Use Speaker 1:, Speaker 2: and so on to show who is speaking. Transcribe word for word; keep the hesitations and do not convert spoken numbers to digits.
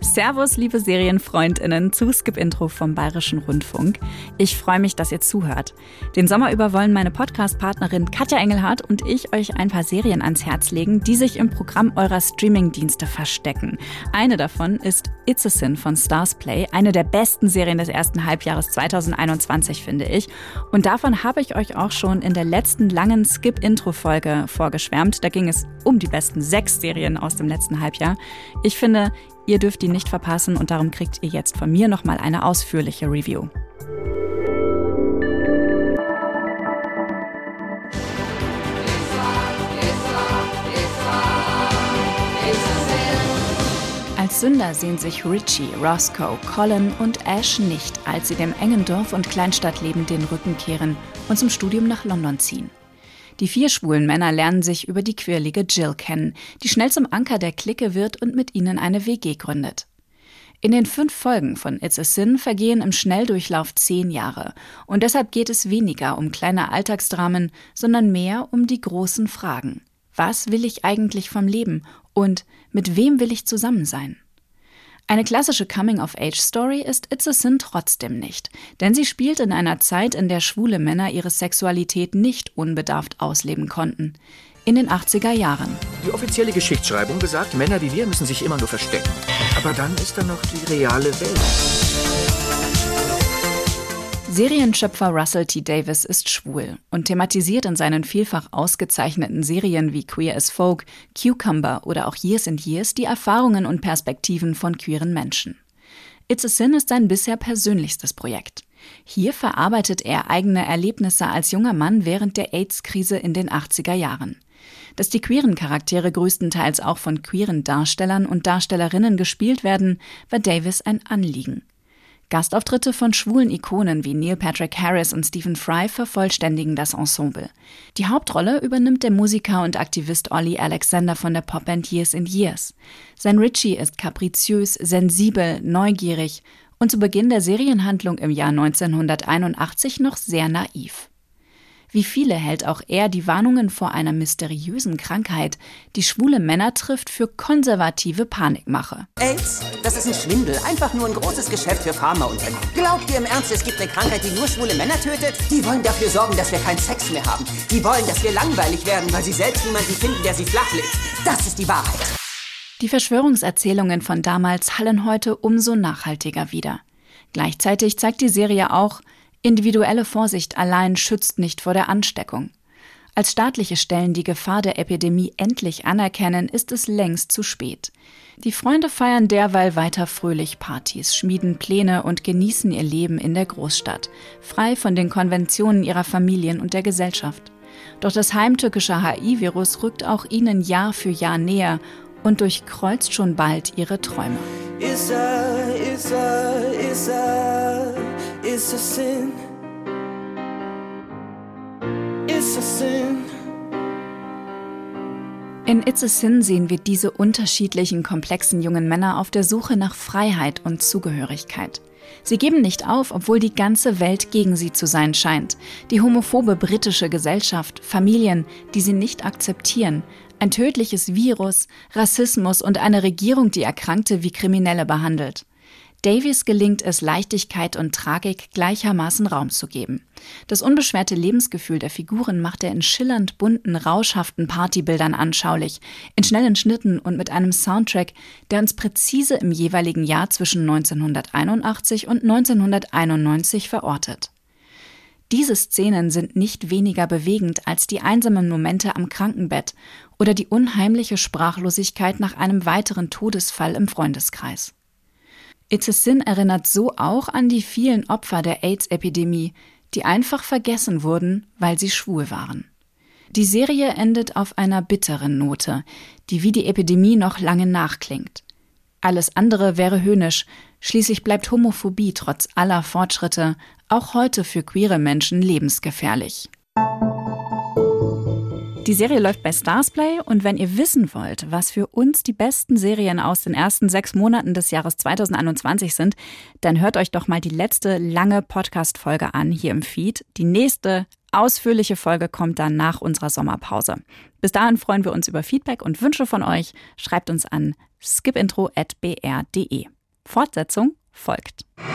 Speaker 1: Servus, liebe SerienfreundInnen zu Skip Intro vom Bayerischen Rundfunk. Ich freue mich, dass ihr zuhört. Den Sommer über wollen meine Podcast-Partnerin Katja Engelhardt und ich euch ein paar Serien ans Herz legen, die sich im Programm eurer Streaming-Dienste verstecken. Eine davon ist It's a Sin von Starzplay, eine der besten Serien des ersten Halbjahres zwanzig einundzwanzig, finde ich. Und davon habe ich euch auch schon in der letzten langen Skip-Intro-Folge vorgeschwärmt. Da ging es um die besten sechs Serien aus dem letzten Halbjahr. Ich finde, ihr dürft die nicht verpassen und darum kriegt ihr jetzt von mir nochmal eine ausführliche Review. Als Sünder sehen sich Richie, Roscoe, Colin und Ash nicht, als sie dem engen Dorf- und Kleinstadtleben den Rücken kehren und zum Studium nach London ziehen. Die vier schwulen Männer lernen sich über die quirlige Jill kennen, die schnell zum Anker der Clique wird und mit ihnen eine W G gründet. In den fünf Folgen von It's a Sin vergehen im Schnelldurchlauf zehn Jahre. Und deshalb geht es weniger um kleine Alltagsdramen, sondern mehr um die großen Fragen. Was will ich eigentlich vom Leben? Und mit wem will ich zusammen sein? Eine klassische Coming-of-Age-Story ist It's a Sin trotzdem nicht, denn sie spielt in einer Zeit, in der schwule Männer ihre Sexualität nicht unbedarft ausleben konnten. In den achtziger Jahren.
Speaker 2: Die offizielle Geschichtsschreibung besagt, Männer wie wir müssen sich immer nur verstecken. Aber dann ist da noch die reale Welt.
Speaker 1: Serienschöpfer Russell T. Davies ist schwul und thematisiert in seinen vielfach ausgezeichneten Serien wie Queer as Folk, Cucumber oder auch Years and Years die Erfahrungen und Perspektiven von queeren Menschen. It's a Sin ist sein bisher persönlichstes Projekt. Hier verarbeitet er eigene Erlebnisse als junger Mann während der AIDS-Krise in den achtziger Jahren. Dass die queeren Charaktere größtenteils auch von queeren Darstellern und Darstellerinnen gespielt werden, war Davies ein Anliegen. Gastauftritte von schwulen Ikonen wie Neil Patrick Harris und Stephen Fry vervollständigen das Ensemble. Die Hauptrolle übernimmt der Musiker und Aktivist Ollie Alexander von der Popband Years and Years. Sein Richie ist kapriziös, sensibel, neugierig und zu Beginn der Serienhandlung im Jahr neunzehnhunderteinundachtzig noch sehr naiv. Wie viele hält auch er die Warnungen vor einer mysteriösen Krankheit, die schwule Männer trifft, für konservative Panikmache.
Speaker 3: AIDS? Das ist ein Schwindel. Einfach nur ein großes Geschäft für Pharmaunternehmen. Glaubt ihr im Ernst, es gibt eine Krankheit, die nur schwule Männer tötet? Die wollen dafür sorgen, dass wir keinen Sex mehr haben. Die wollen, dass wir langweilig werden, weil sie selbst niemanden finden, der sie flach legt. Das ist die Wahrheit.
Speaker 1: Die Verschwörungserzählungen von damals hallen heute umso nachhaltiger wider. Gleichzeitig zeigt die Serie auch, individuelle Vorsicht allein schützt nicht vor der Ansteckung. Als staatliche Stellen die Gefahr der Epidemie endlich anerkennen, ist es längst zu spät. Die Freunde feiern derweil weiter fröhlich Partys, schmieden Pläne und genießen ihr Leben in der Großstadt, frei von den Konventionen ihrer Familien und der Gesellschaft. Doch das heimtückische H I-Virus rückt auch ihnen Jahr für Jahr näher und durchkreuzt schon bald ihre Träume.
Speaker 4: It's a, it's a, it's a, it's a sin. It's a sin.
Speaker 1: In It's a Sin sehen wir diese unterschiedlichen, komplexen jungen Männer auf der Suche nach Freiheit und Zugehörigkeit. Sie geben nicht auf, obwohl die ganze Welt gegen sie zu sein scheint. Die homophobe britische Gesellschaft, Familien, die sie nicht akzeptieren, ein tödliches Virus, Rassismus und eine Regierung, die Erkrankte wie Kriminelle behandelt. Davies gelingt es, Leichtigkeit und Tragik gleichermaßen Raum zu geben. Das unbeschwerte Lebensgefühl der Figuren macht er in schillernd bunten, rauschhaften Partybildern anschaulich, in schnellen Schnitten und mit einem Soundtrack, der uns präzise im jeweiligen Jahr zwischen neunzehnhunderteinundachtzig und neunzehnhunderteinundneunzig verortet. Diese Szenen sind nicht weniger bewegend als die einsamen Momente am Krankenbett oder die unheimliche Sprachlosigkeit nach einem weiteren Todesfall im Freundeskreis. It's a Sin erinnert so auch an die vielen Opfer der AIDS-Epidemie, die einfach vergessen wurden, weil sie schwul waren. Die Serie endet auf einer bitteren Note, die wie die Epidemie noch lange nachklingt. Alles andere wäre höhnisch, schließlich bleibt Homophobie trotz aller Fortschritte auch heute für queere Menschen lebensgefährlich. Die Serie läuft bei Starzplay und wenn ihr wissen wollt, was für uns die besten Serien aus den ersten sechs Monaten des Jahres zwanzig einundzwanzig sind, dann hört euch doch mal die letzte lange Podcast-Folge an hier im Feed. Die nächste ausführliche Folge kommt dann nach unserer Sommerpause. Bis dahin freuen wir uns über Feedback und Wünsche von euch. Schreibt uns an skipintro at b r punkt d e. Fortsetzung folgt.